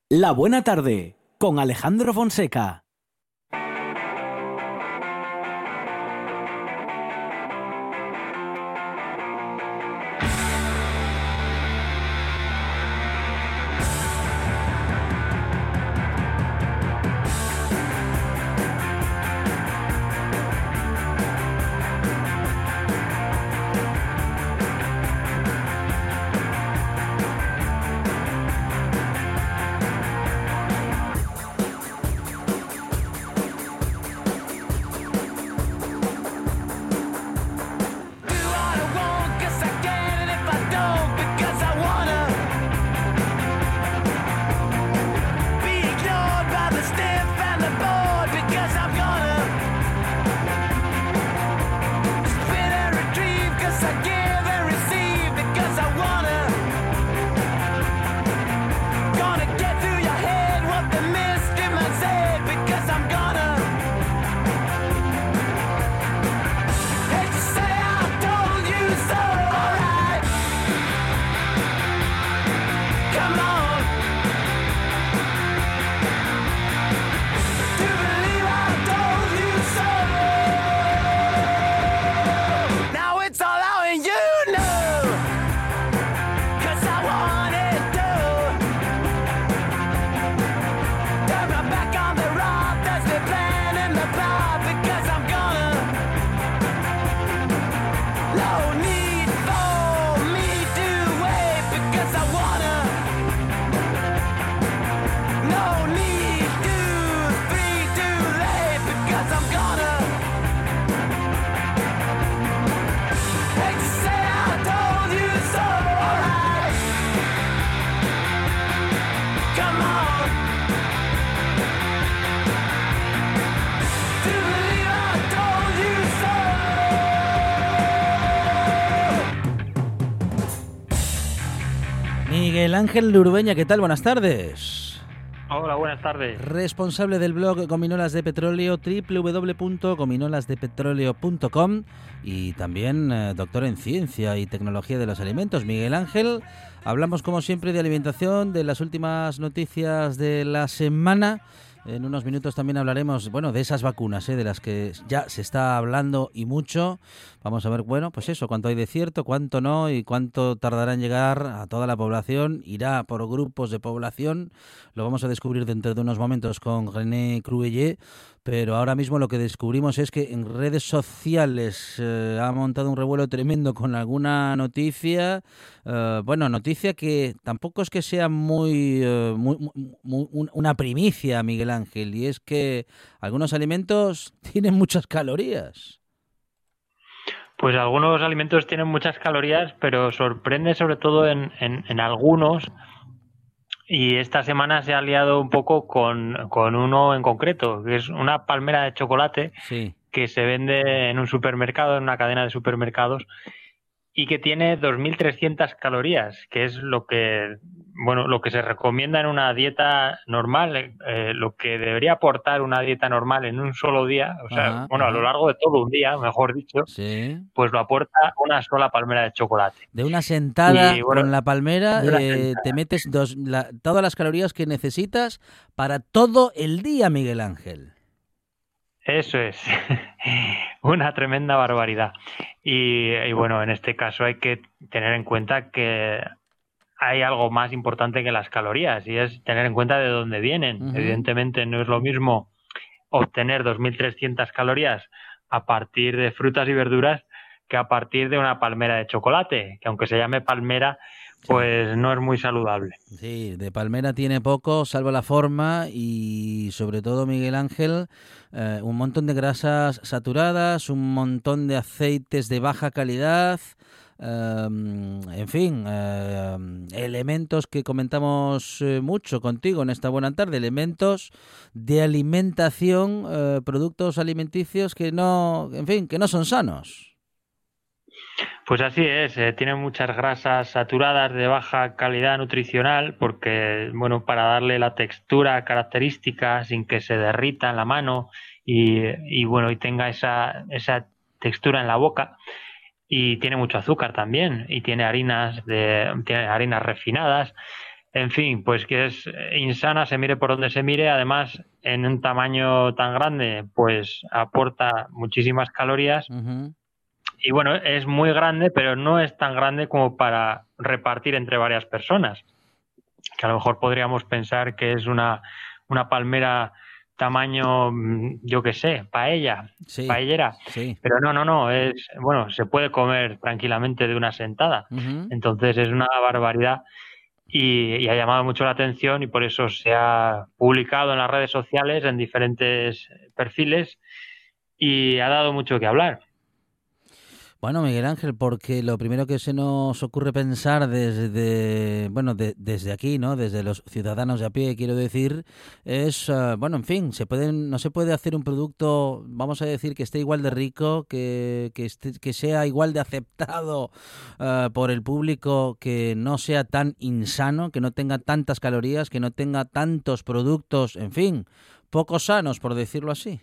La Buena Tarde, con Alejandro Fonseca. Miguel Ángel Urubeña, ¿qué tal? Buenas tardes. Hola, buenas tardes. Responsable del blog Gominolas de Petróleo, www.gominolasdepetroleo.com, y también doctor en Ciencia y Tecnología de los Alimentos. Miguel Ángel, hablamos como siempre de alimentación, de las últimas noticias de la semana. En unos minutos también hablaremos, de esas vacunas, de las que ya se está hablando y mucho. Vamos a ver, pues eso, cuánto hay de cierto, cuánto no y cuánto tardará en llegar a toda la población. Irá por grupos de población. Lo vamos a descubrir dentro de unos momentos con René Cruellé. Pero ahora mismo lo que descubrimos es que en redes sociales ha montado un revuelo tremendo con alguna noticia. Noticia que tampoco es que sea muy una primicia, Miguel Ángel, y es que algunos alimentos tienen muchas calorías. Pues algunos alimentos tienen muchas calorías, pero sorprende sobre todo en algunos. Y esta semana se ha liado un poco con uno en concreto, que es una palmera de chocolate. Sí. Que se vende en un supermercado, en una cadena de supermercados, y que tiene 2.300 calorías, que es lo que se recomienda en una dieta normal, lo que debería aportar una dieta normal en un solo día, a lo largo de todo un día, mejor dicho, sí. Pues lo aporta una sola palmera de chocolate. De una sentada con la palmera te metes todas las calorías que necesitas para todo el día, Miguel Ángel. Eso es, una tremenda barbaridad. Y en este caso hay que tener en cuenta que hay algo más importante que las calorías, y es tener en cuenta de dónde vienen. Uh-huh. Evidentemente no es lo mismo obtener 2.300 calorías a partir de frutas y verduras que a partir de una palmera de chocolate, que aunque se llame palmera, pues no es muy saludable. Sí, de palmera tiene poco, salvo la forma, y sobre todo, Miguel Ángel, un montón de grasas saturadas, un montón de aceites de baja calidad, elementos que comentamos mucho contigo en esta buena tarde, elementos de alimentación, productos alimenticios que no son sanos. Pues así es, tiene muchas grasas saturadas de baja calidad nutricional porque, para darle la textura característica sin que se derrita en la mano y tenga esa textura en la boca, y tiene mucho azúcar también, y tiene harinas refinadas. En fin, pues que es insana, se mire por donde se mire. Además, en un tamaño tan grande, pues aporta muchísimas calorías. Ujú. Y bueno, es muy grande, pero no es tan grande como para repartir entre varias personas. Que a lo mejor podríamos pensar que es una palmera tamaño, yo qué sé, Sí, paellera. sí. Pero no, bueno, se puede comer tranquilamente de una sentada. Ujú. Entonces es una barbaridad y ha llamado mucho la atención y por eso se ha publicado en las redes sociales, en diferentes perfiles y ha dado mucho que hablar. Bueno, Miguel Ángel, porque lo primero que se nos ocurre pensar desde, bueno, desde aquí, ¿no? Desde los ciudadanos de a pie, quiero decir, es, bueno, en fin, no se puede hacer un producto, vamos a decir, que esté igual de rico, que sea igual de aceptado por el público, que no sea tan insano, que no tenga tantas calorías, que no tenga tantos productos, en fin, poco sanos, por decirlo así.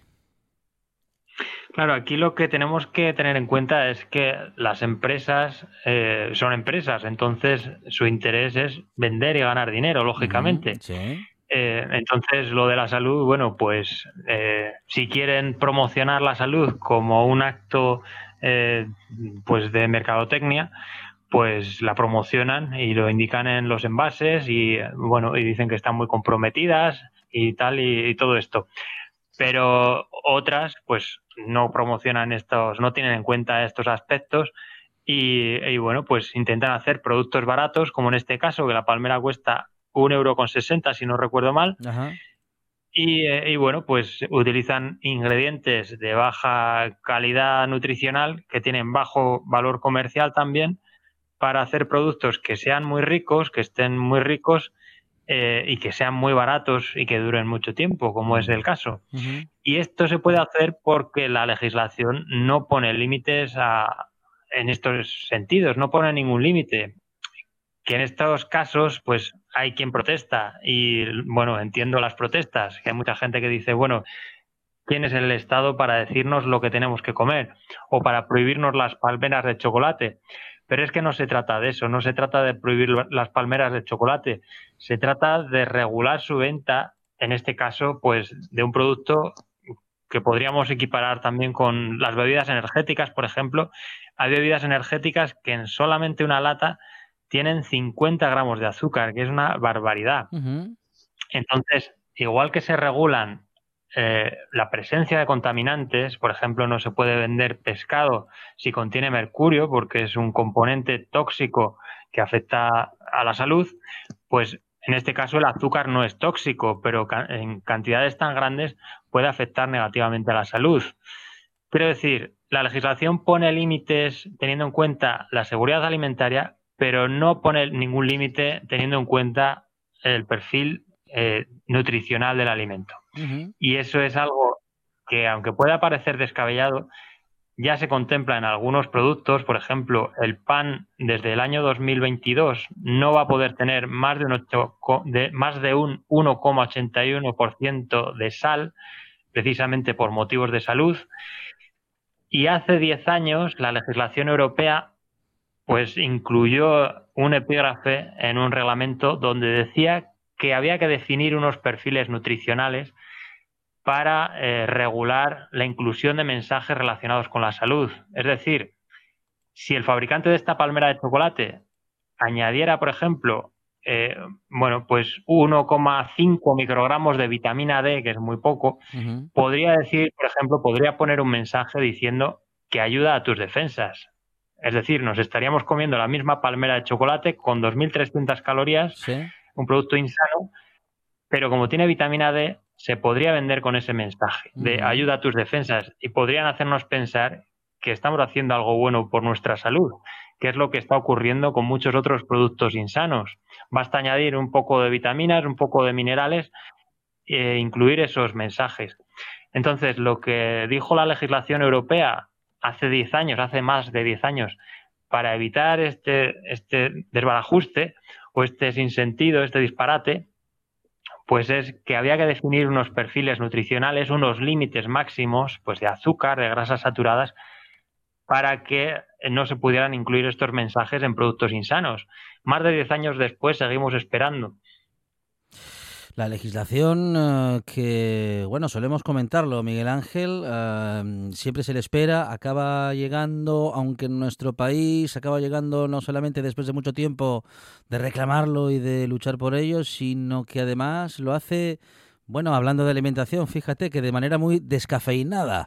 Claro, aquí lo que tenemos que tener en cuenta es que las empresas son empresas, entonces su interés es vender y ganar dinero, Ujú, lógicamente. sí. Entonces, lo de la salud, bueno, pues si quieren promocionar la salud como un acto eh, pues de mercadotecnia, pues la promocionan y lo indican en los envases y bueno, y dicen que están muy comprometidas y tal y todo esto. Pero otras, pues no promocionan estos, no tienen en cuenta estos aspectos y bueno, pues intentan hacer productos baratos, como en este caso, que la palmera cuesta 1,60 € si no recuerdo mal, Ajá. y bueno, pues utilizan ingredientes de baja calidad nutricional que tienen bajo valor comercial también para hacer productos que sean muy ricos, que estén muy ricos y que sean muy baratos y que duren mucho tiempo, como es el caso. Ujú. Y esto se puede hacer porque la legislación no pone límites en estos sentidos, no pone ningún límite. Que en estos casos, pues hay quien protesta y, bueno, entiendo las protestas, que hay mucha gente que dice, bueno, ¿quién es el Estado para decirnos lo que tenemos que comer o para prohibirnos las palmeras de chocolate? Pero es que no se trata de eso, no se trata de prohibir las palmeras de chocolate, se trata de regular su venta, en este caso, pues de un producto que podríamos equiparar también con las bebidas energéticas, por ejemplo. Hay bebidas energéticas que en solamente una lata tienen 50 gramos de azúcar, que es una barbaridad. Ujú. Entonces, igual que se regulan la presencia de contaminantes, por ejemplo, no se puede vender pescado si contiene mercurio, porque es un componente tóxico que afecta a la salud, pues en este caso el azúcar no es tóxico, pero en cantidades tan grandes puede afectar negativamente a la salud. Quiero decir, la legislación pone límites teniendo en cuenta la seguridad alimentaria, pero no pone ningún límite teniendo en cuenta el perfil nutricional del alimento. Ujú. Y eso es algo que, aunque pueda parecer descabellado, ya se contempla en algunos productos. Por ejemplo, el pan desde el año 2022 no va a poder tener más de un 1,81% de sal, precisamente por motivos de salud. Y hace 10 años la legislación europea pues incluyó un epígrafe en un reglamento donde decía que había que definir unos perfiles nutricionales para regular la inclusión de mensajes relacionados con la salud. Es decir, si el fabricante de esta palmera de chocolate añadiera, por ejemplo, eh, bueno, pues 1,5 microgramos de vitamina D, que es muy poco, Ujú. podría decir, por ejemplo, podría poner un mensaje diciendo que ayuda a tus defensas. Es decir, nos estaríamos comiendo la misma palmera de chocolate con 2.300 calorías, Sí. un producto insano, pero como tiene vitamina D, se podría vender con ese mensaje de Ujú. ayuda a tus defensas y podrían hacernos pensar que estamos haciendo algo bueno por nuestra salud, que es lo que está ocurriendo con muchos otros productos insanos. Basta añadir un poco de vitaminas, un poco de minerales e incluir esos mensajes. Entonces, lo que dijo la legislación europea hace 10 años, hace más de 10 años, para evitar este desbarajuste o este sinsentido, este disparate, pues es que había que definir unos perfiles nutricionales, unos límites máximos pues de azúcar, de grasas saturadas, para que no se pudieran incluir estos mensajes en productos insanos. Más de 10 años después seguimos esperando. La legislación que, bueno, solemos comentarlo, Miguel Ángel, siempre se le espera, acaba llegando, aunque en nuestro país acaba llegando no solamente después de mucho tiempo de reclamarlo y de luchar por ello, sino que además lo hace, bueno, hablando de alimentación, fíjate que de manera muy descafeinada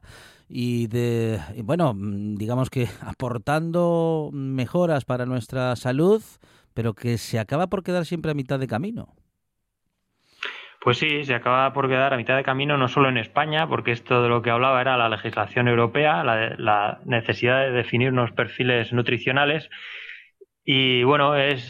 y bueno, digamos que aportando mejoras para nuestra salud, pero que se acaba por quedar siempre a mitad de camino. Pues sí, se acaba por quedar a mitad de camino, no solo en España, porque esto de lo que hablaba era la legislación europea, la necesidad de definir unos perfiles nutricionales. Y bueno,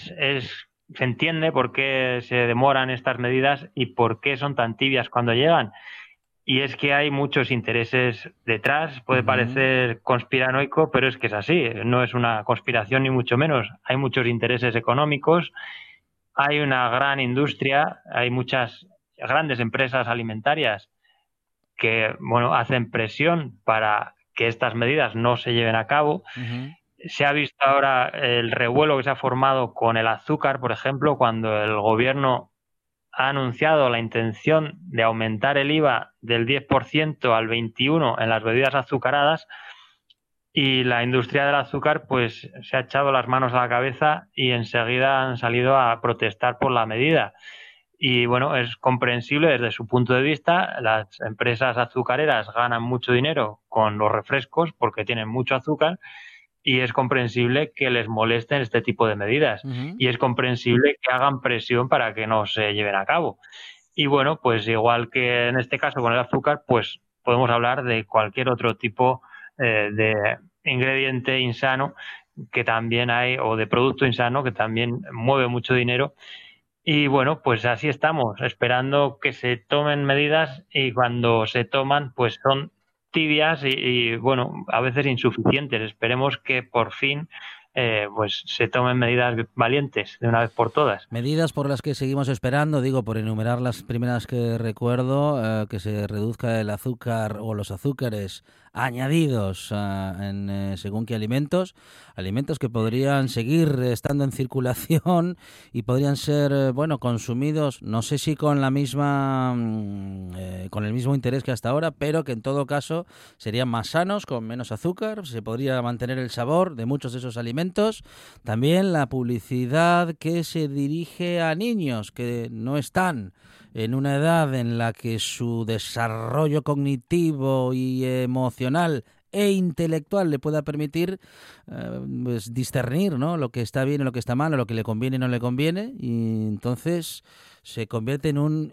se entiende por qué se demoran estas medidas y por qué son tan tibias cuando llegan. Y es que hay muchos intereses detrás, puede parecer conspiranoico, pero es que es así, no es una conspiración ni mucho menos. Hay muchos intereses económicos, hay una gran industria, hay muchas grandes empresas alimentarias que, bueno, hacen presión para que estas medidas no se lleven a cabo. Se ha visto ahora el revuelo que se ha formado con el azúcar, por ejemplo, cuando el gobierno ha anunciado la intención de aumentar el IVA del 10% al 21% en las bebidas azucaradas, y la industria del azúcar pues se ha echado las manos a la cabeza y enseguida han salido a protestar por la medida. Y bueno, es comprensible desde su punto de vista. Las empresas azucareras ganan mucho dinero con los refrescos porque tienen mucho azúcar, y es comprensible que les molesten este tipo de medidas. Y es comprensible que hagan presión para que no se lleven a cabo. Y bueno, pues igual que en este caso con el azúcar, pues podemos hablar de cualquier otro tipo de ingrediente insano que también hay, o de producto insano que también mueve mucho dinero. Y bueno, pues así estamos, esperando que se tomen medidas, y cuando se toman, pues son tibias y bueno, a veces insuficientes. Esperemos que por fin pues se tomen medidas valientes de una vez por todas. Medidas por las que seguimos esperando, digo, por enumerar las primeras que recuerdo, que se reduzca el azúcar o los azúcares añadidos en según qué alimentos que podrían seguir estando en circulación y podrían ser, bueno, consumidos, no sé si con la misma, con el mismo interés que hasta ahora, pero que en todo caso serían más sanos, con menos azúcar, se podría mantener el sabor de muchos de esos alimentos. También la publicidad que se dirige a niños que no están en una edad en la que su desarrollo cognitivo y emocional e intelectual le pueda permitir pues discernir, ¿no?, lo que está bien y lo que está mal, o lo que le conviene y no le conviene, y entonces se convierte en un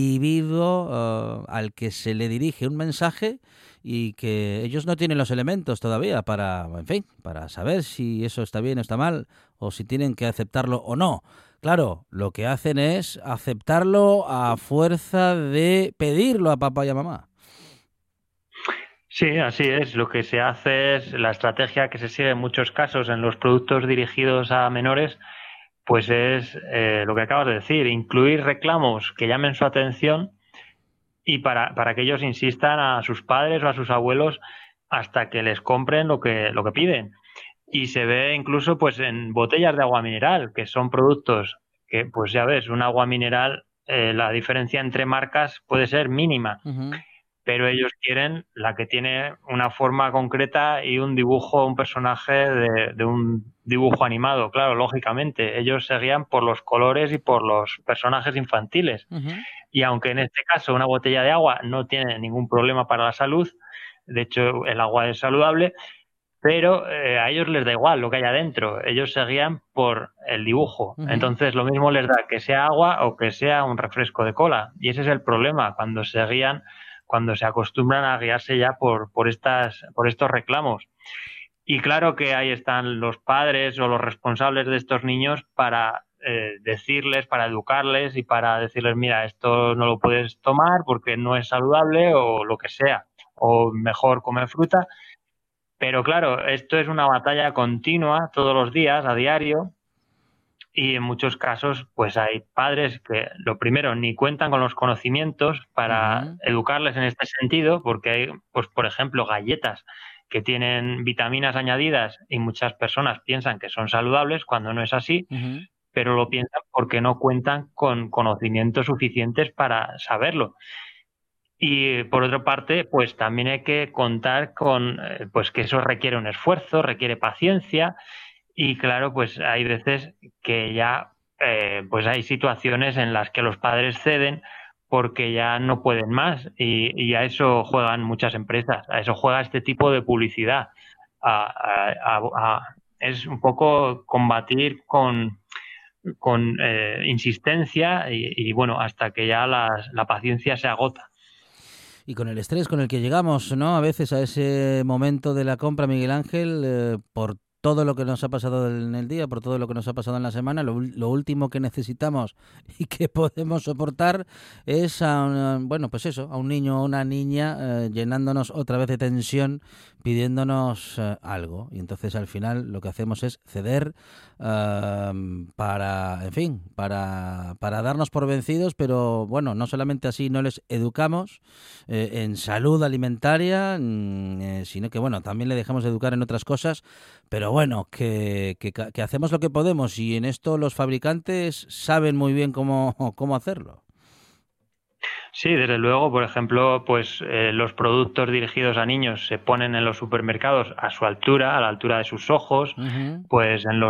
individuo al que se le dirige un mensaje y que ellos no tienen los elementos todavía para, en fin, para saber si eso está bien o está mal, o si tienen que aceptarlo o no. Claro, lo que hacen es aceptarlo a fuerza de pedirlo a papá y a mamá. Sí, así es. Lo que se hace es la estrategia que se sigue en muchos casos en los productos dirigidos a menores, pues es lo que acabas de decir, incluir reclamos que llamen su atención, y para que ellos insistan a sus padres o a sus abuelos hasta que les compren lo que piden. Y se ve incluso pues en botellas de agua mineral, que son productos que, pues ya ves, un agua mineral, la diferencia entre marcas puede ser mínima, pero ellos quieren la que tiene una forma concreta y un dibujo, un personaje de un dibujo animado. Claro, lógicamente, ellos se guían por los colores y por los personajes infantiles. Y aunque en este caso una botella de agua no tiene ningún problema para la salud, de hecho el agua es saludable, pero a ellos les da igual lo que hay adentro, ellos se guían por el dibujo. Entonces lo mismo les da que sea agua o que sea un refresco de cola, y ese es el problema cuando se guían, cuando se acostumbran a guiarse ya por estos reclamos. Y claro que ahí están los padres o los responsables de estos niños para decirles, para educarles y para decirles, mira, esto no lo puedes tomar porque no es saludable, o lo que sea, o mejor comer fruta. Pero claro, esto es una batalla continua todos los días, a diario, y en muchos casos pues hay padres que, lo primero, ni cuentan con los conocimientos para educarles en este sentido, porque hay, pues por ejemplo, galletas que tienen vitaminas añadidas y muchas personas piensan que son saludables cuando no es así. pero lo piensan porque no cuentan con conocimientos suficientes para saberlo. Y por otra parte, pues también hay que contar con pues que eso requiere un esfuerzo, requiere paciencia y claro, pues hay veces que ya pues hay situaciones en las que los padres ceden porque ya no pueden más y a eso juegan muchas empresas, a eso juega este tipo de publicidad. Es un poco combatir con insistencia y bueno, hasta que ya la paciencia se agota. Y con el estrés con el que llegamos, ¿no? A veces a ese momento de la compra, Miguel Ángel, por todo lo que nos ha pasado en el día, por todo lo que nos ha pasado en la semana, lo último que necesitamos y que podemos soportar es bueno, pues eso, a un niño o una niña llenándonos otra vez de tensión, pidiéndonos algo. Y entonces al final lo que hacemos es ceder para, en fin, para darnos por vencidos, pero bueno, no solamente así no les educamos en salud alimentaria, sino que bueno, también le dejamos de educar en otras cosas, pero bueno, que hacemos lo que podemos y en esto los fabricantes saben muy bien cómo hacerlo. Sí, desde luego, por ejemplo, pues los productos dirigidos a niños se ponen en los supermercados a su altura, a la altura de sus ojos, pues en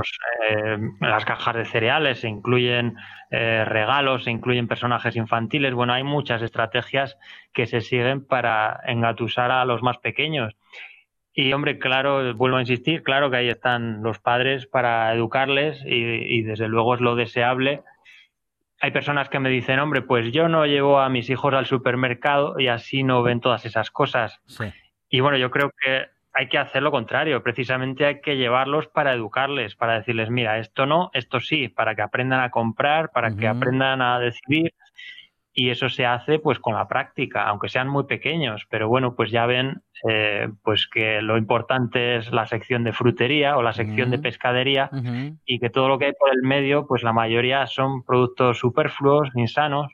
las cajas de cereales se incluyen regalos, se incluyen personajes infantiles. Bueno, hay muchas estrategias que se siguen para engatusar a los más pequeños. Y hombre, claro, vuelvo a insistir, claro que ahí están los padres para educarles y desde luego es lo deseable. Hay personas que me dicen, hombre, pues yo no llevo a mis hijos al supermercado y así no ven todas esas cosas. Sí. Y bueno, yo creo que hay que hacer lo contrario. Precisamente hay que llevarlos para educarles, para decirles, mira, esto no, esto sí, para que aprendan a comprar, para que aprendan a decidir. Y eso se hace pues con la práctica, aunque sean muy pequeños. Pero bueno, pues ya ven pues que lo importante es la sección de frutería o la sección de pescadería y que todo lo que hay por el medio, pues la mayoría son productos superfluos, insanos.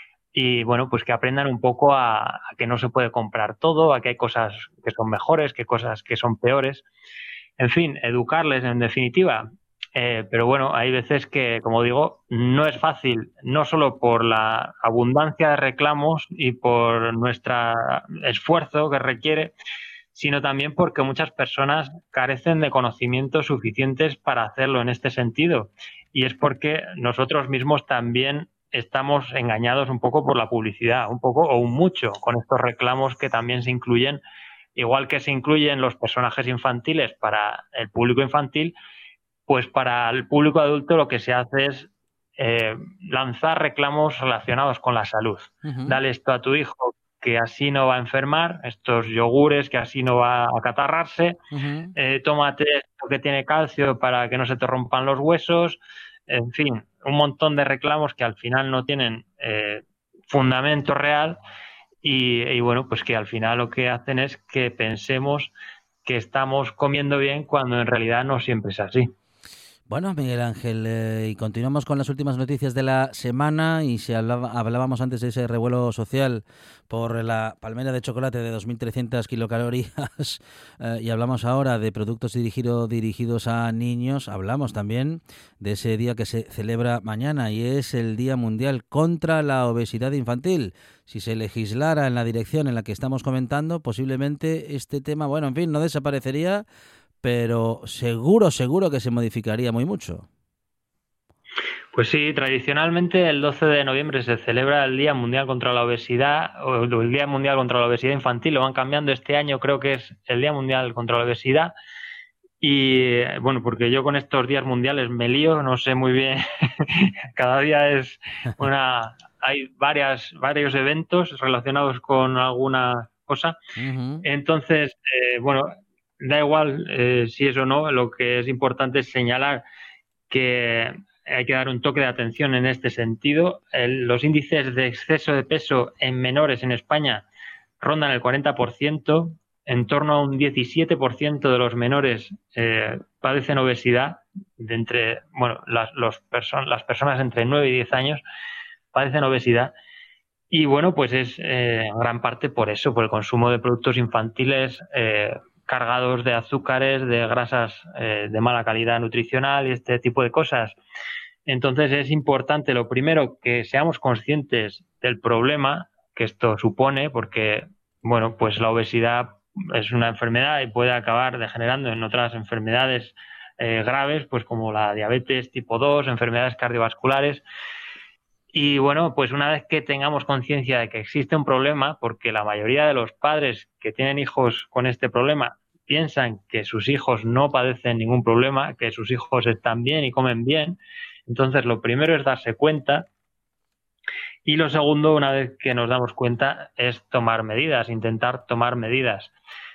Y bueno, pues que aprendan un poco a que no se puede comprar todo, a que hay cosas que son mejores, que cosas que son peores. En fin, educarles en definitiva. Pero bueno, hay veces que, como digo, no es fácil, no solo por la abundancia de reclamos y por nuestro esfuerzo que requiere, sino también porque muchas personas carecen de conocimientos suficientes para hacerlo en este sentido. Y es porque nosotros mismos también estamos engañados un poco por la publicidad, un poco o un mucho, con estos reclamos que también se incluyen, igual que se incluyen los personajes infantiles para el público infantil, pues para el público adulto lo que se hace es lanzar reclamos relacionados con la salud. Dale esto a tu hijo que así no va a enfermar, estos yogures que así no va a acatarrarse, tómate esto que tiene calcio para que no se te rompan los huesos, en fin, un montón de reclamos que al final no tienen fundamento real y bueno, pues que al final lo que hacen es que pensemos que estamos comiendo bien cuando en realidad no siempre es así. Bueno, Miguel Ángel, y continuamos con las últimas noticias de la semana y si hablábamos antes de ese revuelo social por la palmera de chocolate de 2.300 kilocalorías y hablamos ahora de productos dirigidos a niños, hablamos también de ese día que se celebra mañana y es el Día Mundial contra la Obesidad Infantil. Si se legislara en la dirección en la que estamos comentando, posiblemente este tema, bueno, en fin, no desaparecería, pero seguro que se modificaría muy mucho. Pues sí, tradicionalmente el 12 de noviembre se celebra el Día Mundial contra la Obesidad o el Día Mundial contra la Obesidad Infantil, lo van cambiando este año, creo que es el Día Mundial contra la Obesidad y bueno, porque yo con estos días mundiales me lío, no sé muy bien, cada día hay varios eventos relacionados con alguna cosa, entonces, bueno, da igual si es o no, lo que es importante es señalar que hay que dar un toque de atención en este sentido. Los índices de exceso de peso en menores en España rondan el 40%, en torno a un 17% de los menores padecen obesidad, las personas entre 9 y 10 años padecen obesidad. Y bueno, pues es en gran parte por eso, por el consumo de productos infantiles cargados de azúcares, de grasas de mala calidad nutricional y este tipo de cosas. Entonces es importante, lo primero, que seamos conscientes del problema que esto supone, porque, bueno, pues la obesidad es una enfermedad y puede acabar degenerando en otras enfermedades graves, pues como la diabetes tipo 2, enfermedades cardiovasculares. Y bueno, pues una vez que tengamos conciencia de que existe un problema, porque la mayoría de los padres que tienen hijos con este problema piensan que sus hijos no padecen ningún problema, que sus hijos están bien y comen bien, entonces lo primero es darse cuenta y lo segundo, una vez que nos damos cuenta, es tomar medidas, intentar tomar medidas.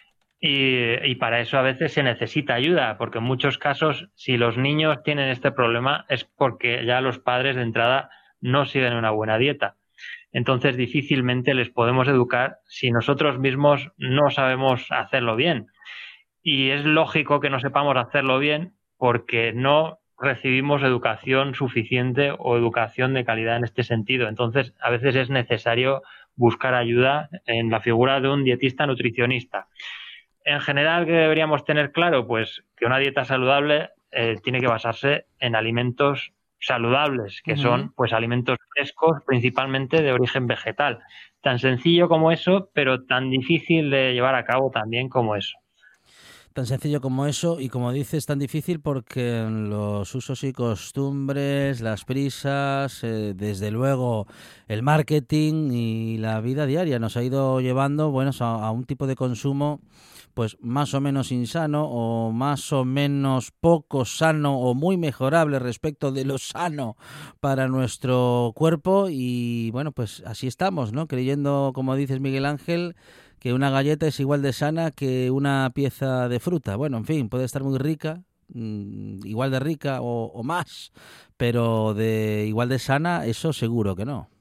Y para eso a veces se necesita ayuda, porque en muchos casos, si los niños tienen este problema, es porque ya los padres de entrada no siguen una buena dieta. Entonces, difícilmente les podemos educar si nosotros mismos no sabemos hacerlo bien. Y es lógico que no sepamos hacerlo bien porque no recibimos educación suficiente o educación de calidad en este sentido. Entonces, a veces es necesario buscar ayuda en la figura de un dietista nutricionista. En general, ¿qué deberíamos tener claro? Pues que una dieta saludable tiene que basarse en alimentos saludables, que son pues alimentos frescos, principalmente de origen vegetal. Tan sencillo como eso, pero tan difícil de llevar a cabo también como eso. Tan sencillo como eso y como dices, tan difícil porque los usos y costumbres, las prisas, desde luego el marketing y la vida diaria nos ha ido llevando a un tipo de consumo pues más o menos insano o más o menos poco sano o muy mejorable respecto de lo sano para nuestro cuerpo y bueno, pues así estamos, ¿no? Creyendo, como dices Miguel Ángel, que una galleta es igual de sana que una pieza de fruta. Bueno, en fin, puede estar muy rica, igual de rica o más, pero de igual de sana, eso seguro que no.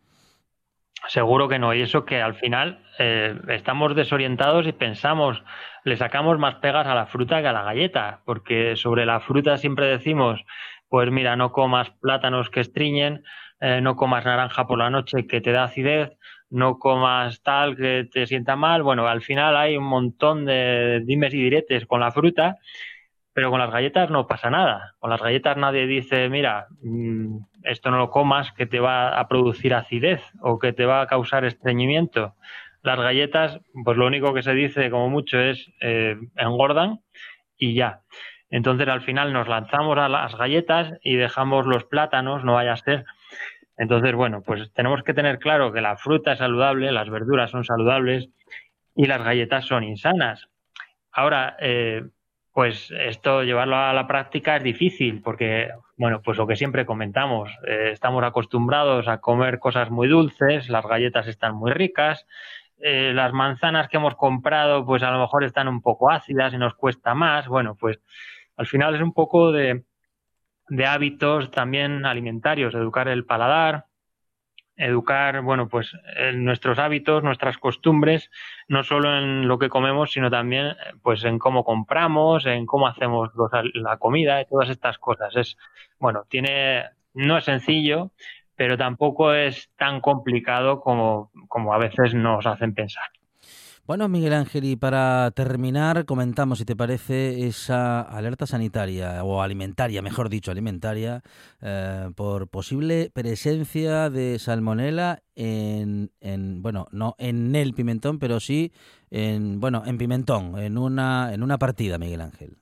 Seguro que no, y eso que al final estamos desorientados y pensamos, le sacamos más pegas a la fruta que a la galleta, porque sobre la fruta siempre decimos, pues mira, no comas plátanos que estriñen, no comas naranja por la noche que te da acidez, no comas tal que te sienta mal. Bueno, al final hay un montón de dimes y diretes con la fruta, pero con las galletas no pasa nada. Con las galletas nadie dice, mira, esto no lo comas que te va a producir acidez o que te va a causar estreñimiento. Las galletas, pues lo único que se dice como mucho es engordan y ya. Entonces al final nos lanzamos a las galletas y dejamos los plátanos, no vaya a ser. Entonces, bueno, pues tenemos que tener claro que la fruta es saludable, las verduras son saludables y las galletas son insanas. Ahora, pues esto llevarlo a la práctica es difícil porque, bueno, pues lo que siempre comentamos, estamos acostumbrados a comer cosas muy dulces, las galletas están muy ricas, las manzanas que hemos comprado pues a lo mejor están un poco ácidas y nos cuesta más. Bueno, pues al final es un poco de hábitos también alimentarios, educar el paladar, educar, bueno, pues en nuestros hábitos, nuestras costumbres, no solo en lo que comemos, sino también pues en cómo compramos, en cómo hacemos la comida y todas estas cosas. Bueno, no es sencillo, pero tampoco es tan complicado como a veces nos hacen pensar. Bueno, Miguel Ángel, y para terminar, comentamos, si te parece, esa alerta sanitaria, o alimentaria, mejor dicho, alimentaria, por posible presencia de salmonela bueno, no en el pimentón, pero sí en pimentón, en una partida, Miguel Ángel.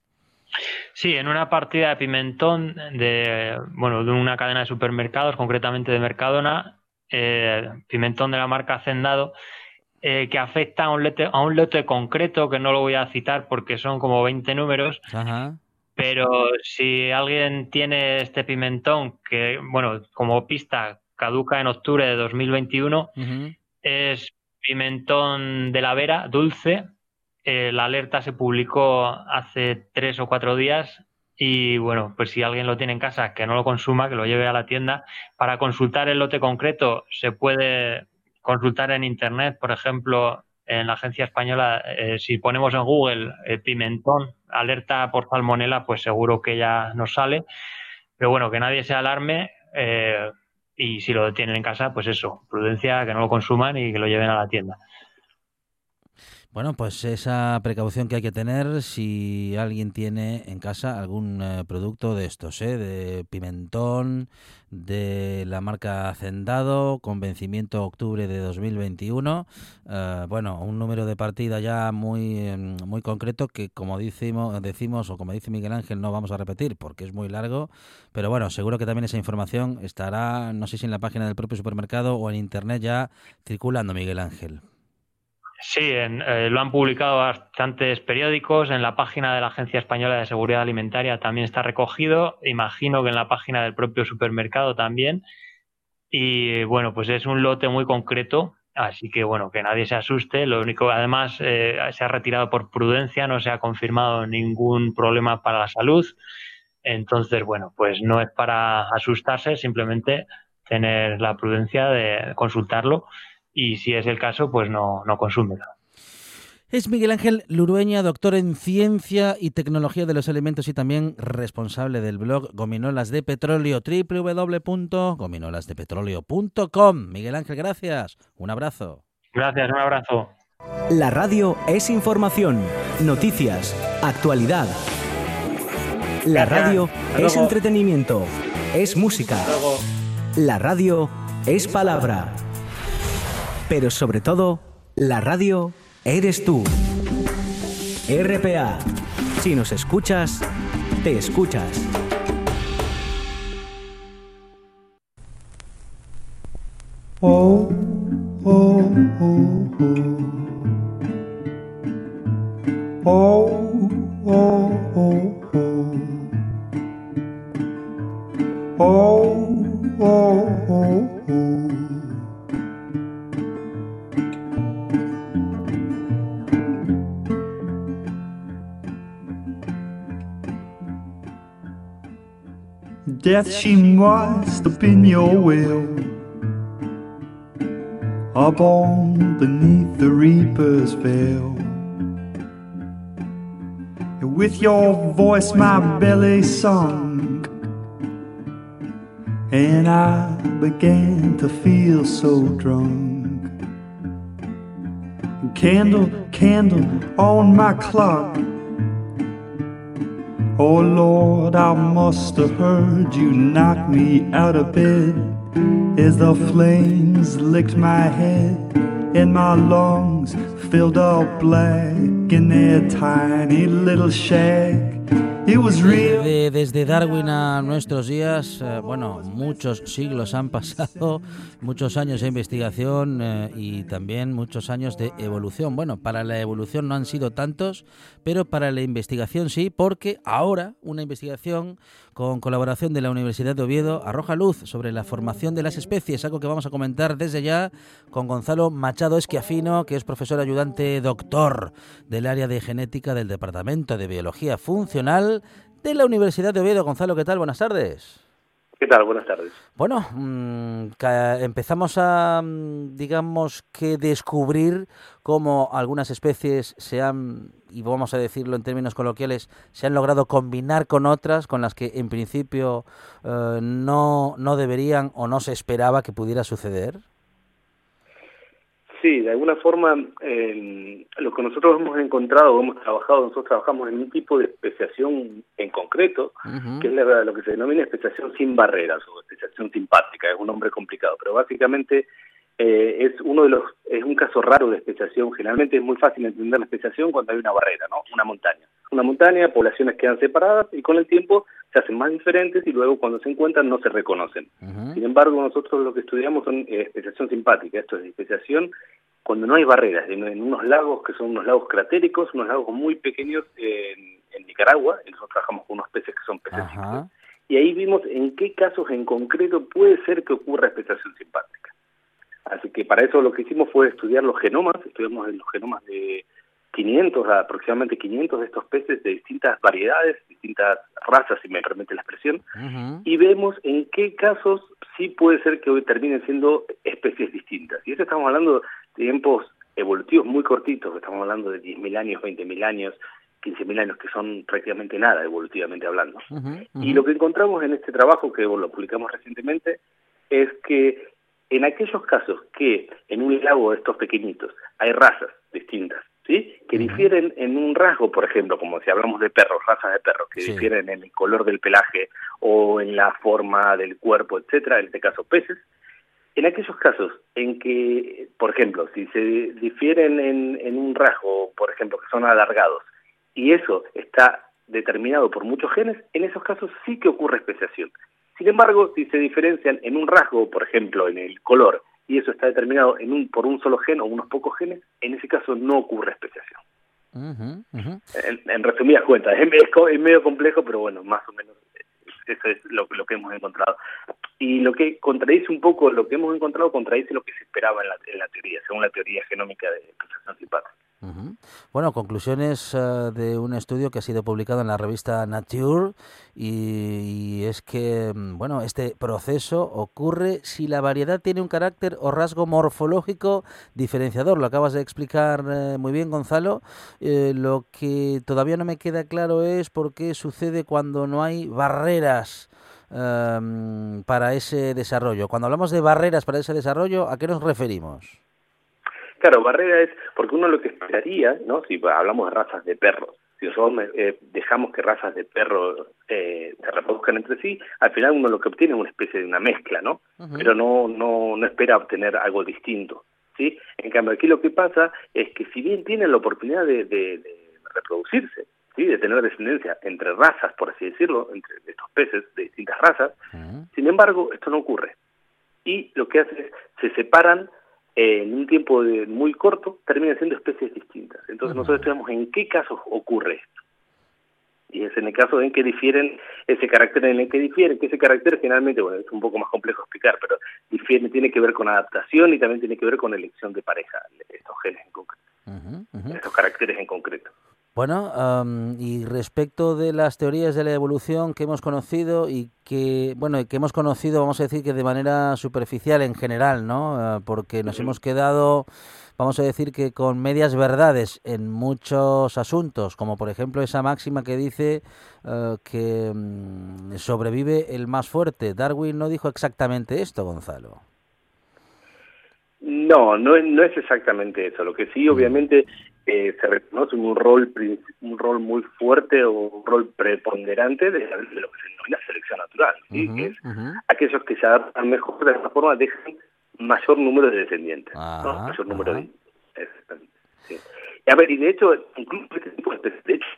Sí, en una partida de pimentón de una cadena de supermercados, concretamente de Mercadona, pimentón de la marca Hacendado, que afecta a un lote concreto, que no lo voy a citar porque son como 20 números. Ajá. Pero si alguien tiene este pimentón, que, bueno, como pista, caduca en octubre de 2021, es pimentón de la Vera, dulce. La alerta se publicó hace 3 o 4 días y, bueno, pues si alguien lo tiene en casa, que no lo consuma, que lo lleve a la tienda. Para consultar el lote concreto se puede consultar en internet, por ejemplo, en la agencia española, si ponemos en Google pimentón, alerta por salmonela, pues seguro que ya nos sale. Pero bueno, que nadie se alarme y si lo tienen en casa, pues eso, prudencia, que no lo consuman y que lo lleven a la tienda. Bueno, pues esa precaución que hay que tener si alguien tiene en casa algún producto de estos, de pimentón, de la marca Hacendado, con vencimiento octubre de 2021. Bueno, un número de partida ya muy concreto que, como decimos, o como dice Miguel Ángel, no vamos a repetir porque es muy largo, pero bueno, seguro que también esa información estará, no sé si en la página del propio supermercado o en internet ya circulando, Miguel Ángel. Sí, lo han publicado bastantes periódicos, en la página de la Agencia Española de Seguridad Alimentaria también está recogido, imagino que en la página del propio supermercado también, y bueno, pues es un lote muy concreto, así que bueno, que nadie se asuste, lo único, además se ha retirado por prudencia, no se ha confirmado ningún problema para la salud, entonces bueno, pues no es para asustarse, simplemente tener la prudencia de consultarlo y si es el caso, pues no consúmelo. Es Miguel Ángel Lurueña, doctor en Ciencia y Tecnología de los Alimentos y también responsable del blog Gominolas de Petróleo, www.gominolasdepetróleo.com. Miguel Ángel, gracias. Un abrazo. Gracias, un abrazo. La radio es información, noticias, actualidad. La radio es entretenimiento, es música. La radio es palabra. Pero sobre todo, la radio eres tú. RPA. Si nos escuchas, te escuchas. Oh, oh, oh, oh. Oh, oh, oh, oh. Oh, oh, oh, oh. Death, she must have been your will, up on beneath the reaper's veil. With your voice my belly sunk, and I began to feel so drunk. Candle, candle on my clock. Oh Lord, I must have heard you knock me out of bed as the flames licked my head and my lungs filled up black in their tiny little shack. It was real. Desde Darwin a nuestros días, bueno, muchos siglos han pasado, muchos años de investigación y también muchos años de evolución. Bueno, para la evolución no han sido tantos, pero para la investigación sí, porque ahora una investigación con colaboración de la Universidad de Oviedo arroja luz sobre la formación de las especies, algo que vamos a comentar desde ya con Gonzalo Machado Esquiafino, que es profesor ayudante doctor del área de genética del Departamento de Biología Funcional de la Universidad de Oviedo. Gonzalo, ¿qué tal? Buenas tardes. ¿Qué tal? Buenas tardes. Bueno, empezamos a, digamos que descubrir cómo algunas especies se han, y vamos a decirlo en términos coloquiales, se han logrado combinar con otras con las que en principio no deberían o no se esperaba que pudiera suceder. Sí, de alguna forma lo que nosotros hemos encontrado, hemos trabajado, nosotros trabajamos en un tipo de especiación en concreto, que es lo que se denomina especiación sin barreras o especiación simpática, es un nombre complicado, pero básicamente es un caso raro de especiación. Generalmente es muy fácil entender la especiación cuando hay una barrera, ¿no? Una montaña, poblaciones quedan separadas y con el tiempo se hacen más diferentes y luego cuando se encuentran no se reconocen. Sin embargo, nosotros lo que estudiamos son especiación simpática, esto es especiación cuando no hay barreras, en unos lagos que son unos lagos cratéricos, unos lagos muy pequeños en Nicaragua, y nosotros trabajamos con unos peces que son peces chicos, y ahí vimos en qué casos en concreto puede ser que ocurra especiación simpática. Así que para eso lo que hicimos fue estudiar los genomas, estudiamos los genomas de aproximadamente 500 de estos peces de distintas variedades, distintas razas, si me permite la expresión, y vemos en qué casos sí puede ser que hoy terminen siendo especies distintas. Y eso estamos hablando de tiempos evolutivos muy cortitos, estamos hablando de 10.000 años, 20.000 años, 15.000 años, que son prácticamente nada evolutivamente hablando. Y lo que encontramos en este trabajo, que lo publicamos recientemente, es que en aquellos casos que en un lago de estos pequeñitos hay razas distintas, ¿sí? que difieren en un rasgo, por ejemplo, como si hablamos de perros, razas de perros, que difieren en el color del pelaje o en la forma del cuerpo, etcétera, en este caso peces. En aquellos casos en que, por ejemplo, si se difieren en un rasgo, por ejemplo, que son alargados, y eso está determinado por muchos genes, en esos casos sí que ocurre especiación. Sin embargo, si se diferencian en un rasgo, por ejemplo, en el color, y eso está determinado por un solo gen o unos pocos genes, en ese caso no ocurre especiación. En resumidas cuentas, es medio complejo, pero bueno, más o menos eso es lo que hemos encontrado. Y lo que contradice un poco lo que hemos encontrado, contradice lo que se esperaba en la teoría, según la teoría genómica de especiación simpática. Bueno, conclusiones de un estudio que ha sido publicado en la revista Nature y es que, bueno, este proceso ocurre si la variedad tiene un carácter o rasgo morfológico diferenciador. Lo acabas de explicar muy bien, Gonzalo. Lo que todavía no me queda claro es por qué sucede cuando no hay barreras para ese desarrollo. Cuando hablamos de barreras para ese desarrollo, ¿a qué nos referimos? Claro, barrera es porque uno lo que esperaría, ¿no? Si hablamos de razas de perros, si nosotros dejamos que razas de perros se reproduzcan entre sí, al final uno lo que obtiene es una especie de una mezcla, ¿no? Pero no espera obtener algo distinto, ¿sí? En cambio, aquí lo que pasa es que si bien tienen la oportunidad de reproducirse, ¿sí? De tener descendencia entre razas, por así decirlo, entre estos peces de distintas razas, sin embargo, esto no ocurre. Y lo que hace es, se separan en un tiempo muy corto, terminan siendo especies distintas. Entonces nosotros estudiamos en qué casos ocurre esto. Y es en el caso en que difieren, ese carácter en el que difieren, que ese carácter generalmente, bueno, es un poco más complejo explicar, pero difiere, tiene que ver con adaptación y también tiene que ver con elección de pareja, estos genes en concreto, estos caracteres en concreto. Bueno, y respecto de las teorías de la evolución que hemos conocido y que, bueno, que hemos conocido, vamos a decir que de manera superficial en general, ¿no? Porque nos hemos quedado, vamos a decir que con medias verdades en muchos asuntos, como por ejemplo esa máxima que dice que sobrevive el más fuerte. Darwin no dijo exactamente esto, Gonzalo. No es exactamente eso. Lo que sí, obviamente, se reconoce un rol muy fuerte o un rol preponderante de lo que se denomina selección natural, ¿sí? Que es aquellos que se adaptan mejor, de alguna forma dejan mayor número de descendientes, ¿no? Mayor número de... Sí. Y a ver, y de hecho, incluso este tipo de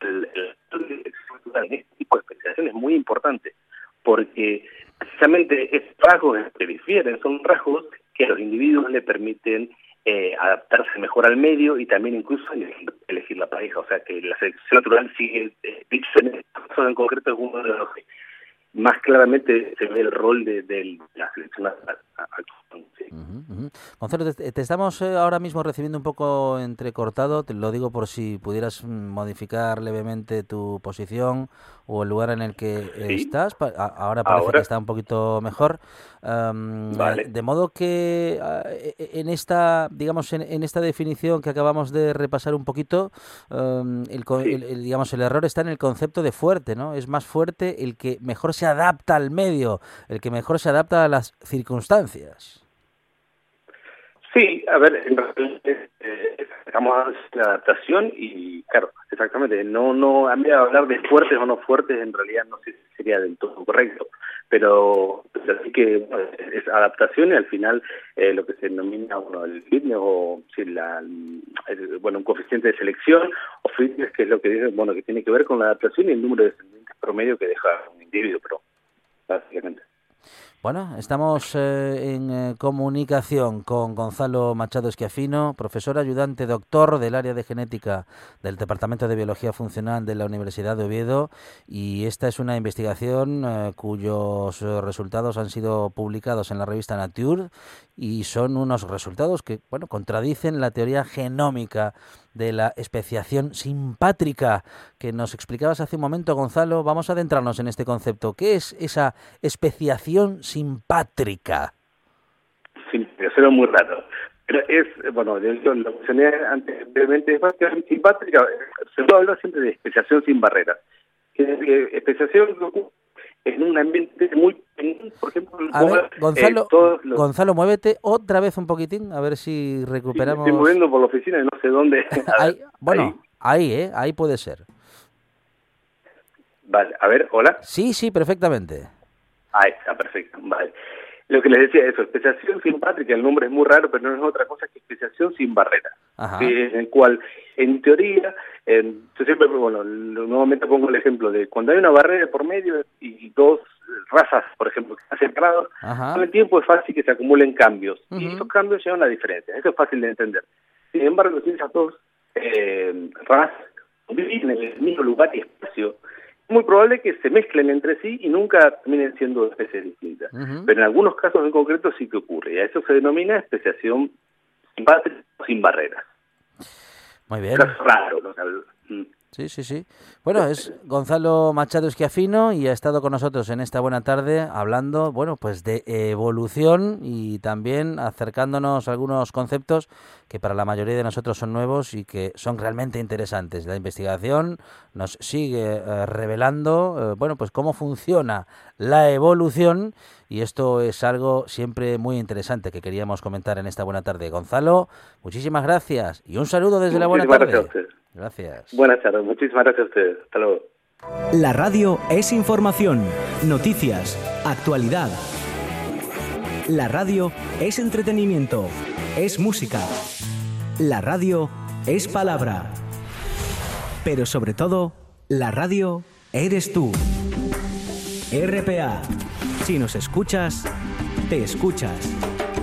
este tipo de especialización es muy importante, porque precisamente estos rasgos que difieren son rasgos que a los individuos le permiten adaptarse mejor al medio y también incluso elegir la pareja. O sea que la selección natural sigue, dicho en este caso en concreto, es uno de los que más claramente se ve el rol de la selección natural. Sí. Gonzalo, te estamos ahora mismo recibiendo un poco entrecortado, te lo digo por si pudieras modificar levemente tu posición o el lugar en el que estás. Ahora parece que está un poquito mejor. Vale. De modo que en esta, digamos, en esta definición que acabamos de repasar un poquito, digamos, el error está en el concepto de fuerte, ¿no? Es más fuerte el que mejor se adapta al medio, el que mejor se adapta a las circunstancias. Sí, a ver, en realidad estamos hablando de adaptación y, claro, exactamente, no a mí hablar de fuertes o no fuertes en realidad no sé si sería del todo correcto, pero así que bueno, es adaptación y al final lo que se denomina el fitness o sí, un coeficiente de selección o fitness, que es lo que dice, bueno, que tiene que ver con la adaptación y el número de descendientes promedio que deja un individuo, pero básicamente. Bueno, estamos en comunicación con Gonzalo Machado Schiaffino, profesor ayudante doctor del área de genética del Departamento de Biología Funcional de la Universidad de Oviedo, y esta es una investigación cuyos resultados han sido publicados en la revista Nature y son unos resultados que, bueno, contradicen la teoría genómica de la especiación simpátrica que nos explicabas hace un momento, Gonzalo. Vamos a adentrarnos en este concepto. ¿Qué es esa especiación simpátrica? Sí, eso era muy raro. Pero es, bueno, yo lo mencioné anteriormente, es bastante simpátrica. Se puede hablar siempre de especiación sin barreras. Especiación en un ambiente muy pequeño, por ejemplo... A ver, Gonzalo, muévete otra vez un poquitín, a ver si recuperamos... Sí, me estoy moviendo por la oficina y no sé dónde... Ahí puede ser. Vale, a ver, hola. Sí, perfectamente. Ahí está, perfecto, vale. Lo que les decía, eso, especiación simpátrica, el nombre es muy raro, pero no es otra cosa que especiación sin barreras. ¿Sí? En el cual, en teoría, yo siempre, nuevamente pongo el ejemplo de cuando hay una barrera por medio y dos razas, por ejemplo, que están separados, con el tiempo es fácil que se acumulen cambios. Y esos cambios llevan a la diferencia. Eso es fácil de entender. Sin embargo, si esas dos razas viven en el mismo lugar y espacio, es muy probable que se mezclen entre sí y nunca terminen siendo especies distintas. Pero en algunos casos en concreto sí que ocurre. Y a eso se denomina especiación simpátrica sin barreras. Muy bien. Es raro, ¿no? Sí. Bueno, es Gonzalo Machado Schiaffino y ha estado con nosotros en esta buena tarde hablando, pues de evolución y también acercándonos a algunos conceptos que para la mayoría de nosotros son nuevos y que son realmente interesantes. La investigación nos sigue revelando, pues cómo funciona la evolución y esto es algo siempre muy interesante que queríamos comentar en esta buena tarde. Gonzalo, muchísimas gracias y un saludo desde la buena tarde. Gracias. Buenas tardes, muchísimas gracias a ustedes. Hasta luego. La radio es información, noticias, actualidad. La radio es entretenimiento, es música. La radio es palabra. Pero sobre todo, la radio eres tú. RPA. Si nos escuchas, te escuchas.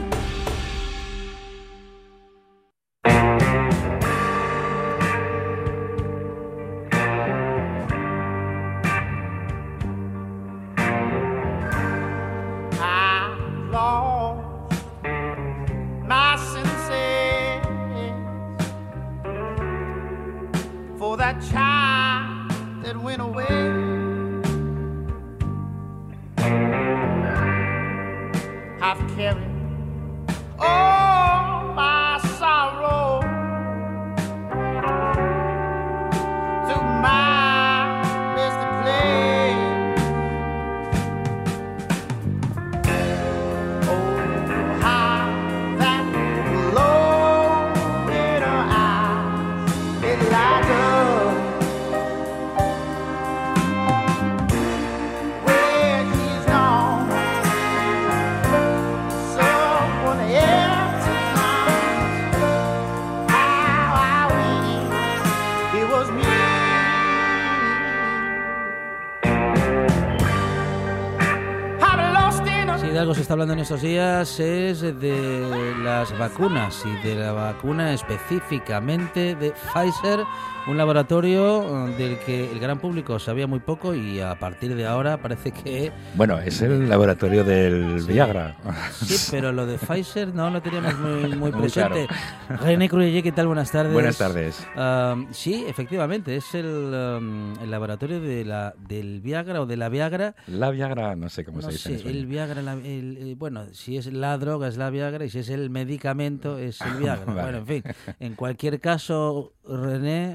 Está hablando en estos días es de las vacunas y de la vacuna específicamente de Pfizer, un laboratorio del que el gran público sabía muy poco y a partir de ahora parece que... Bueno, es el laboratorio del Viagra. Sí, pero lo de Pfizer no lo teníamos muy presente. Claro. René Cruelle, ¿qué tal? Buenas tardes. Buenas tardes. Sí, efectivamente, es el laboratorio del Viagra o de la Viagra. La Viagra, no sé cómo se dice en español. El Viagra, bueno, si es la droga es la Viagra y si es el medicamento es el Viagra. Vale. Bueno, en fin, en cualquier caso, René,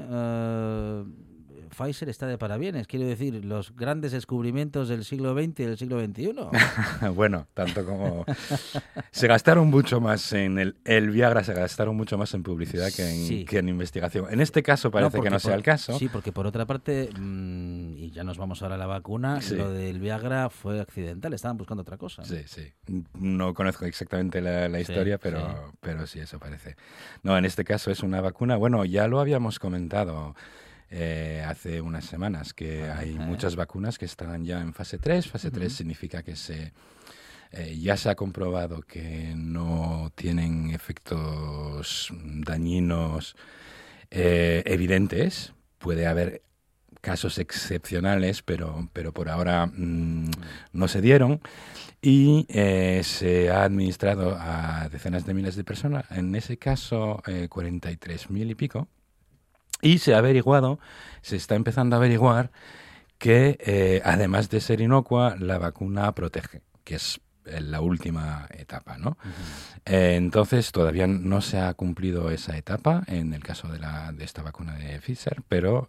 Pfizer está de parabienes. Quiero decir, los grandes descubrimientos del siglo XX y del siglo XXI. Bueno, tanto como... Se gastaron mucho más en el Viagra, se gastaron mucho más en publicidad que en investigación. En este caso parece que no sea el caso. Sí, porque por otra parte, y ya nos vamos ahora a la vacuna, lo del Viagra fue accidental, estaban buscando otra cosa. ¿No? Sí. No conozco exactamente la historia, pero sí, eso parece. No, en este caso es una vacuna, bueno, ya lo habíamos comentado hace unas semanas, que hay muchas vacunas que están ya en fase 3. Fase 3 significa que ya se ha comprobado que no tienen efectos dañinos evidentes. Puede haber casos excepcionales, pero por ahora no se dieron. Y se ha administrado a decenas de miles de personas, en ese caso 43.000 y pico. Y se está empezando a averiguar que además de ser inocua, la vacuna protege, que es la última etapa, ¿no? Entonces todavía no se ha cumplido esa etapa en el caso de esta vacuna de Pfizer, pero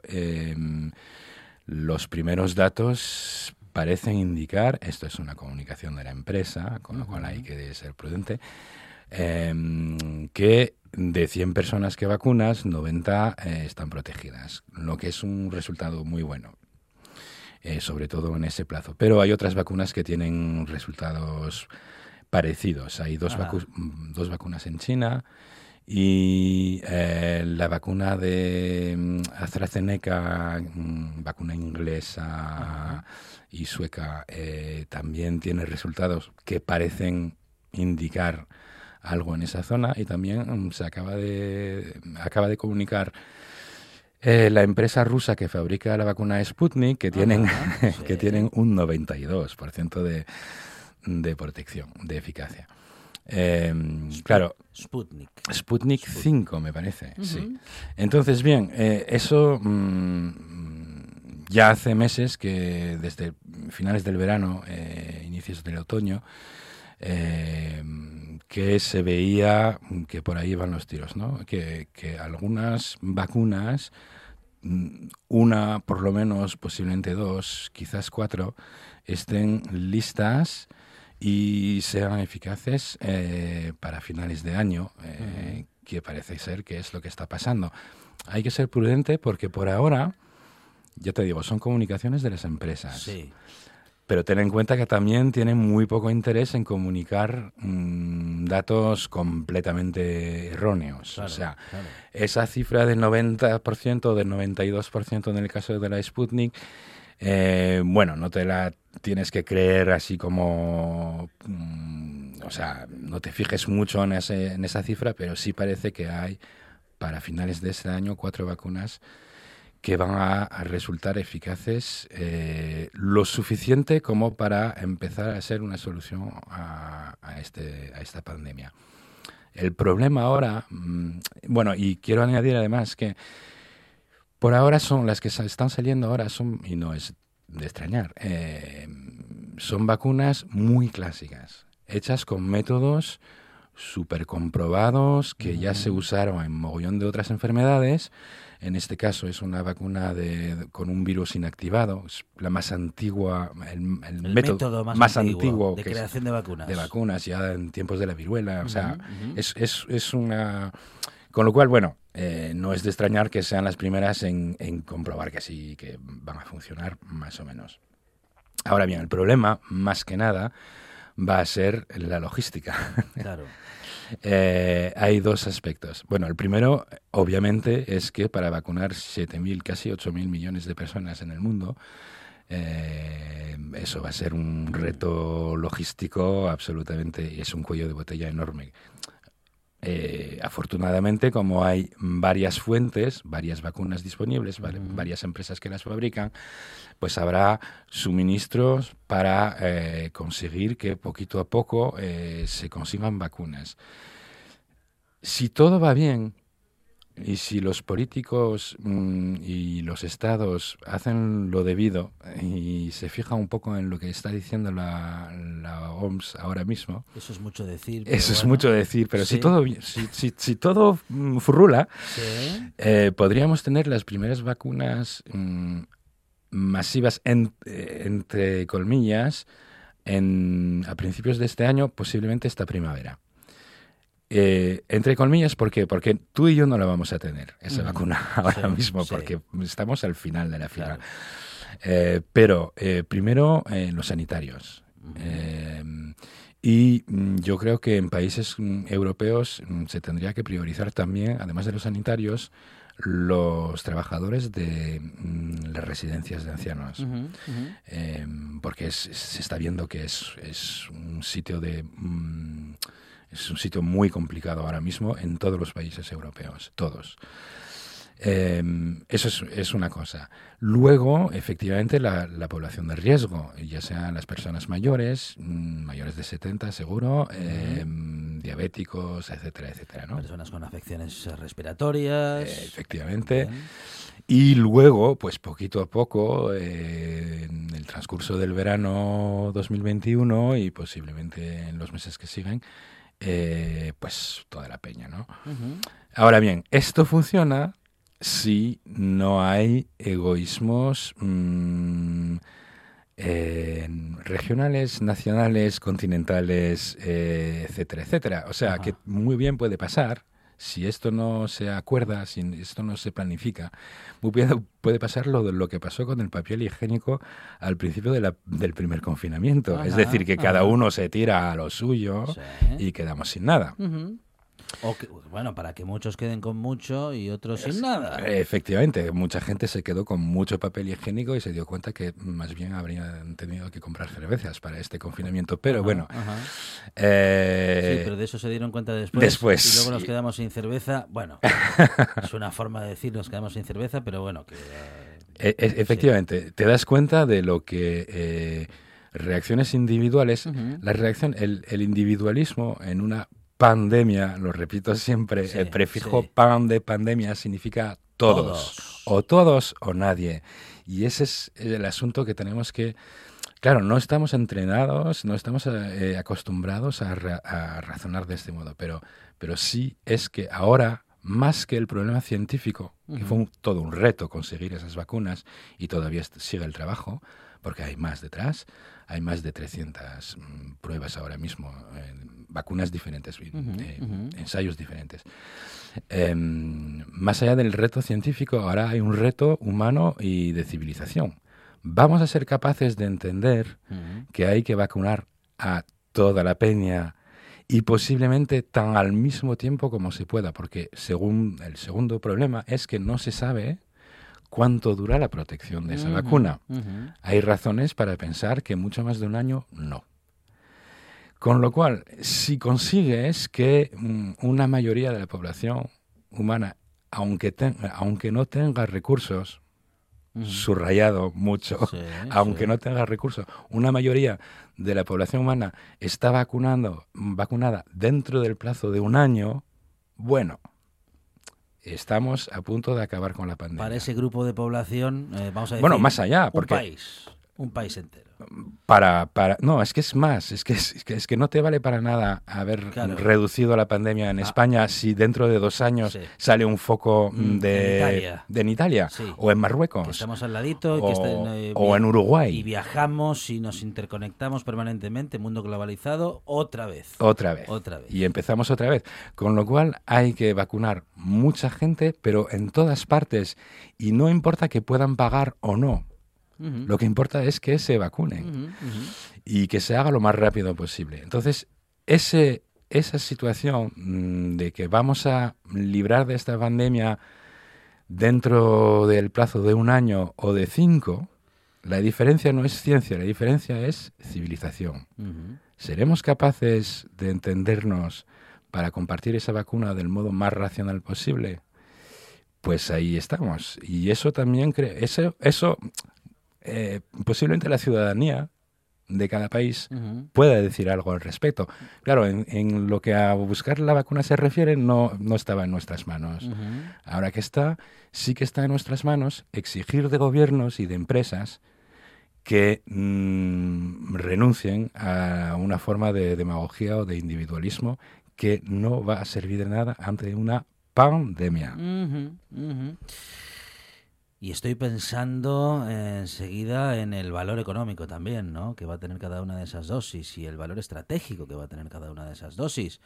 los primeros datos parecen indicar, esto es una comunicación de la empresa, con lo cual hay que ser prudente, que de 100 personas que vacunas, 90 están protegidas, lo que es un resultado muy bueno, sobre todo en ese plazo. Pero hay otras vacunas que tienen resultados parecidos. Hay dos vacunas en China y la vacuna de AstraZeneca, vacuna inglesa y sueca, también tiene resultados que parecen indicar algo en esa zona, y también se acaba de comunicar la empresa rusa que fabrica la vacuna Sputnik que tienen que tienen un 92% de protección, de eficacia. Claro, Sputnik 5 me parece, sí. Entonces, bien, eso ya hace meses que desde finales del verano, inicios del otoño, que se veía que por ahí van los tiros, ¿no? Que algunas vacunas, una por lo menos, posiblemente 2, quizás 4, estén listas y sean eficaces para finales de año, que parece ser que es lo que está pasando. Hay que ser prudente porque por ahora, ya te digo, son comunicaciones de las empresas. Sí. Pero ten en cuenta que también tienen muy poco interés en comunicar datos completamente erróneos. Claro, o sea, claro. Esa cifra del 90% o del 92% en el caso de la Sputnik, bueno, no te la tienes que creer así como... o sea, no te fijes mucho en esa cifra, pero sí parece que hay, para finales de este año, 4 vacunas que van a resultar eficaces lo suficiente como para empezar a ser una solución a esta pandemia. El problema ahora, bueno, y quiero añadir además que por ahora son las que están saliendo ahora, y no es de extrañar, son vacunas muy clásicas, hechas con métodos súper comprobados que ya se usaron en mogollón de otras enfermedades. En este caso es una vacuna con un virus inactivado, es la más antigua, el método más antiguo de creación de vacunas. De vacunas, ya en tiempos de la viruela. O sea, es una... Con lo cual, bueno, no es de extrañar que sean las primeras en comprobar que sí, que van a funcionar más o menos. Ahora bien, el problema, más que nada, va a ser la logística. Claro. Hay 2 aspectos. Bueno, el primero, obviamente, es que para vacunar 7.000, casi 8.000 millones de personas en el mundo, eso va a ser un reto logístico absolutamente, y es un cuello de botella enorme. Afortunadamente, como hay varias fuentes, varias vacunas disponibles, varias empresas que las fabrican, pues habrá suministros para conseguir que poquito a poco se consigan vacunas. Si todo va bien y si los políticos y los estados hacen lo debido y se fijan un poco en lo que está diciendo la OMS ahora mismo... Eso es mucho decir. Eso es mucho decir, pero sí. si todo furrula, sí, podríamos tener las primeras vacunas masivas, entre comillas, a principios de este año, posiblemente esta primavera. Entre comillas, ¿por qué? Porque tú y yo no la vamos a tener, esa vacuna ahora mismo, porque estamos al final de la fila. Claro. Pero primero los sanitarios. Y yo creo que en países europeos se tendría que priorizar también, además de los sanitarios, los trabajadores de las residencias de ancianos. Porque se está viendo que es un sitio es un sitio muy complicado ahora mismo en todos los países europeos, todos. Eso es una cosa. Luego, efectivamente, la población de riesgo, ya sean las personas mayores, mayores de 70 seguro, diabéticos, etcétera, etcétera, ¿no? Personas con afecciones respiratorias. Efectivamente. Bien. Y luego, pues poquito a poco, en el transcurso del verano 2021 y posiblemente en los meses que siguen, pues toda la peña, ¿no? Ahora bien, esto funciona si no hay egoísmos regionales, nacionales, continentales, etcétera, etcétera. O sea, que muy bien puede pasar, si esto no se acuerda, si esto no se planifica, puede pasar lo que pasó con el papel higiénico al principio del primer confinamiento. Es decir, que cada uno se tira a lo suyo y quedamos sin nada. O que, bueno, para que muchos queden con mucho y otros sin nada. Efectivamente, mucha gente se quedó con mucho papel higiénico y se dio cuenta que más bien habrían tenido que comprar cervezas para este confinamiento. Pero bueno. Sí, pero de eso se dieron cuenta después. Y luego nos quedamos sin cerveza. Bueno, es una forma de decir nos quedamos sin cerveza, pero bueno. Efectivamente, te das cuenta de lo que reacciones individuales, la reacción, el individualismo en una pandemia, lo repito siempre, el prefijo pan de pandemia significa todos, o todos o nadie. Y ese es el asunto que tenemos que... Claro, no estamos entrenados, no estamos acostumbrados a razonar de este modo, pero sí es que ahora, más que el problema científico, que fue todo un reto conseguir esas vacunas, y todavía sigue el trabajo, porque hay más detrás, hay más de 300 pruebas ahora mismo, vacunas diferentes, ensayos diferentes. Más allá del reto científico, ahora hay un reto humano y de civilización. Vamos a ser capaces de entender que hay que vacunar a toda la peña y posiblemente tan al mismo tiempo como se pueda, porque según el segundo problema es que no se sabe cuánto dura la protección de esa vacuna. Hay razones para pensar que mucho más de un año no. Con lo cual, si consigues que una mayoría de la población humana, aunque no tenga recursos, subrayado mucho, aunque no tenga recursos, una mayoría de la población humana está vacunada dentro del plazo de un año, bueno, estamos a punto de acabar con la pandemia. Para ese grupo de población, vamos a decir... Bueno, más allá, porque... Un país entero. No, es que es más, es que no te vale para nada haber reducido la pandemia en España si dentro de 2 años sale un foco en Italia o en Marruecos. Que estamos al ladito. O en Uruguay. Y viajamos y nos interconectamos permanentemente, mundo globalizado, otra vez. Y empezamos otra vez. Con lo cual hay que vacunar mucha gente, pero en todas partes. Y no importa que puedan pagar o no. Lo que importa es que se vacunen y que se haga lo más rápido posible. Entonces, esa situación de que vamos a librar de esta pandemia dentro del plazo de 1 año o de 5, la diferencia no es ciencia, la diferencia es civilización. ¿Seremos capaces de entendernos para compartir esa vacuna del modo más racional posible? Pues ahí estamos. Y eso también posiblemente la ciudadanía de cada país pueda decir algo al respecto. Claro, en lo que a buscar la vacuna se refiere, no estaba en nuestras manos. Ahora que sí que está en nuestras manos exigir de gobiernos y de empresas que renuncien a una forma de demagogia o de individualismo que no va a servir de nada ante una pandemia. Y estoy pensando enseguida en el valor económico también, ¿no? Que va a tener cada una de esas dosis y el valor estratégico que va a tener cada una de esas dosis.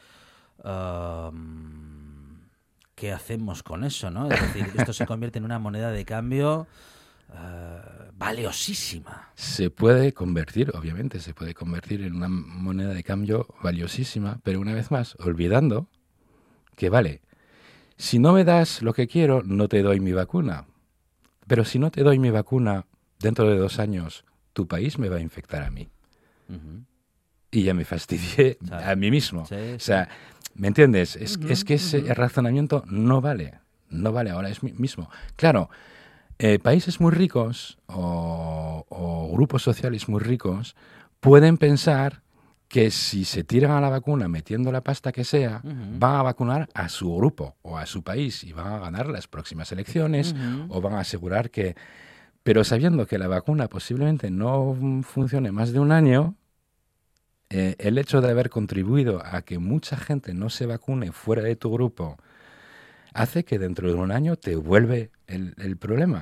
¿Qué hacemos con eso, no? Es decir, esto se convierte en una moneda de cambio valiosísima. Se puede convertir, obviamente, en una moneda de cambio valiosísima, pero una vez más, olvidando que si no me das lo que quiero, no te doy mi vacuna. Pero si no te doy mi vacuna, dentro de 2 años, tu país me va a infectar a mí. Y ya me fastidié a mí mismo. O sea, ¿me entiendes? Es que ese razonamiento no vale. No vale ahora mismo. Claro, países muy ricos o grupos sociales muy ricos pueden pensar que si se tiran a la vacuna metiendo la pasta que sea, van a vacunar a su grupo o a su país y van a ganar las próximas elecciones o van a asegurar que... Pero sabiendo que la vacuna posiblemente no funcione más de 1 año, el hecho de haber contribuido a que mucha gente no se vacune fuera de tu grupo hace que dentro de 1 año te vuelve el problema.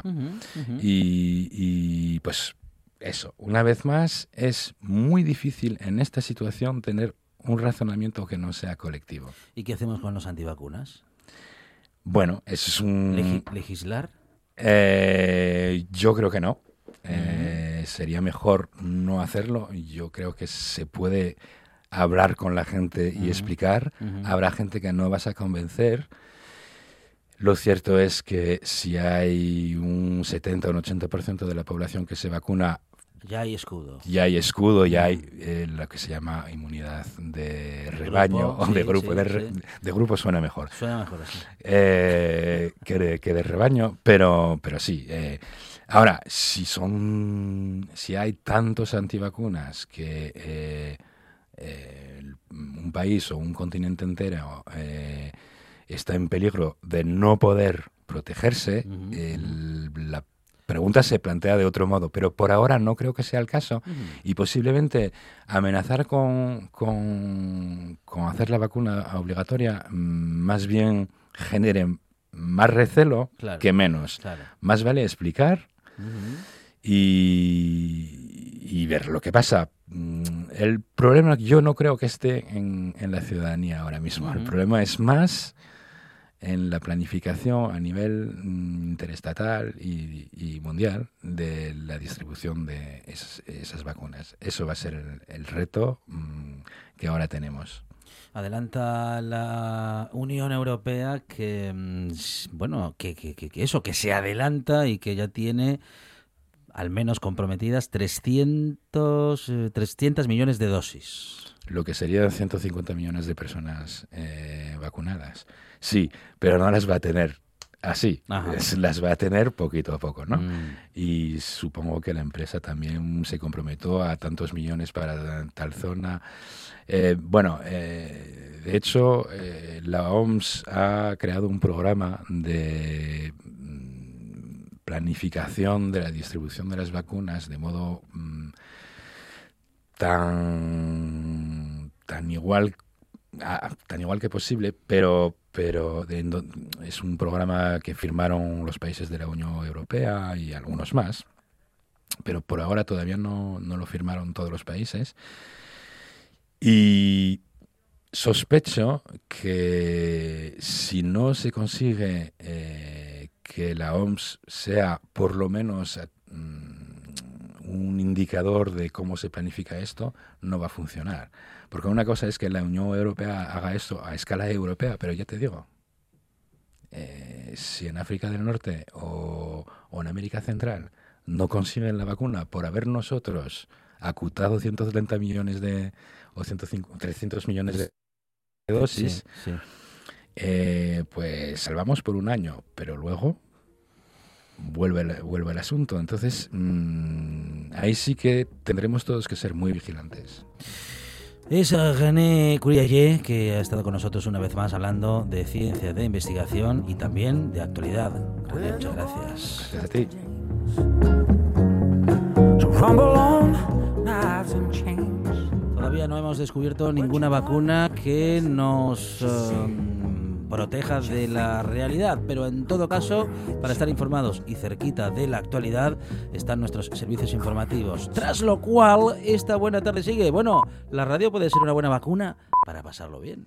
Y pues... Eso, una vez más, es muy difícil en esta situación tener un razonamiento que no sea colectivo. ¿Y qué hacemos con los antivacunas? Bueno, eso es un... ¿Legislar? Yo creo que no. Sería mejor no hacerlo. Yo creo que se puede hablar con la gente y explicar. Habrá gente que no vas a convencer. Lo cierto es que si hay un 70 o un 80% de la población que se vacuna, ya hay escudo. Ya hay escudo, ya hay lo que se llama inmunidad de rebaño, grupo, o de sí, grupo. Sí. De grupo suena mejor. Suena mejor así. Que de rebaño, pero sí. Ahora, si hay tantos antivacunas que un país o un continente entero está en peligro de no poder protegerse, la pregunta se plantea de otro modo, pero por ahora no creo que sea el caso y posiblemente amenazar con hacer la vacuna obligatoria más bien genere más recelo que menos. Claro. Más vale explicar y ver lo que pasa. El problema yo no creo que esté en la ciudadanía ahora mismo. El problema es más en la planificación a nivel interestatal y mundial de la distribución de esas vacunas. Eso va a ser el reto que ahora tenemos. Adelanta la Unión Europea que se adelanta y que ya tiene al menos comprometidas 300 millones de dosis. Lo que serían 150 millones de personas vacunadas. Sí, pero no las va a tener así. Las va a tener poquito a poco, ¿no? Y supongo que la empresa también se comprometió a tantos millones para tal zona. De hecho, la OMS ha creado un programa de planificación de la distribución de las vacunas de modo tan igual que posible, pero es un programa que firmaron los países de la Unión Europea y algunos más, pero por ahora todavía no lo firmaron todos los países. Y sospecho que si no se consigue que la OMS sea por lo menos un indicador de cómo se planifica esto, no va a funcionar. Porque una cosa es que la Unión Europea haga esto a escala europea, pero ya te digo, si en África del Norte o en América Central no consiguen la vacuna por haber nosotros acutado 130 millones o 300 millones de dosis, pues salvamos por un año, pero luego vuelve el asunto. Entonces, ahí sí que tendremos todos que ser muy vigilantes. Es René Curiayer, que ha estado con nosotros una vez más hablando de ciencia, de investigación y también de actualidad. René, muchas gracias. Gracias a ti. Todavía no hemos descubierto ninguna vacuna que nos proteja de la realidad, pero en todo caso, para estar informados y cerquita de la actualidad, están nuestros servicios informativos. Tras lo cual, esta buena tarde sigue. Bueno, la radio puede ser una buena vacuna para pasarlo bien.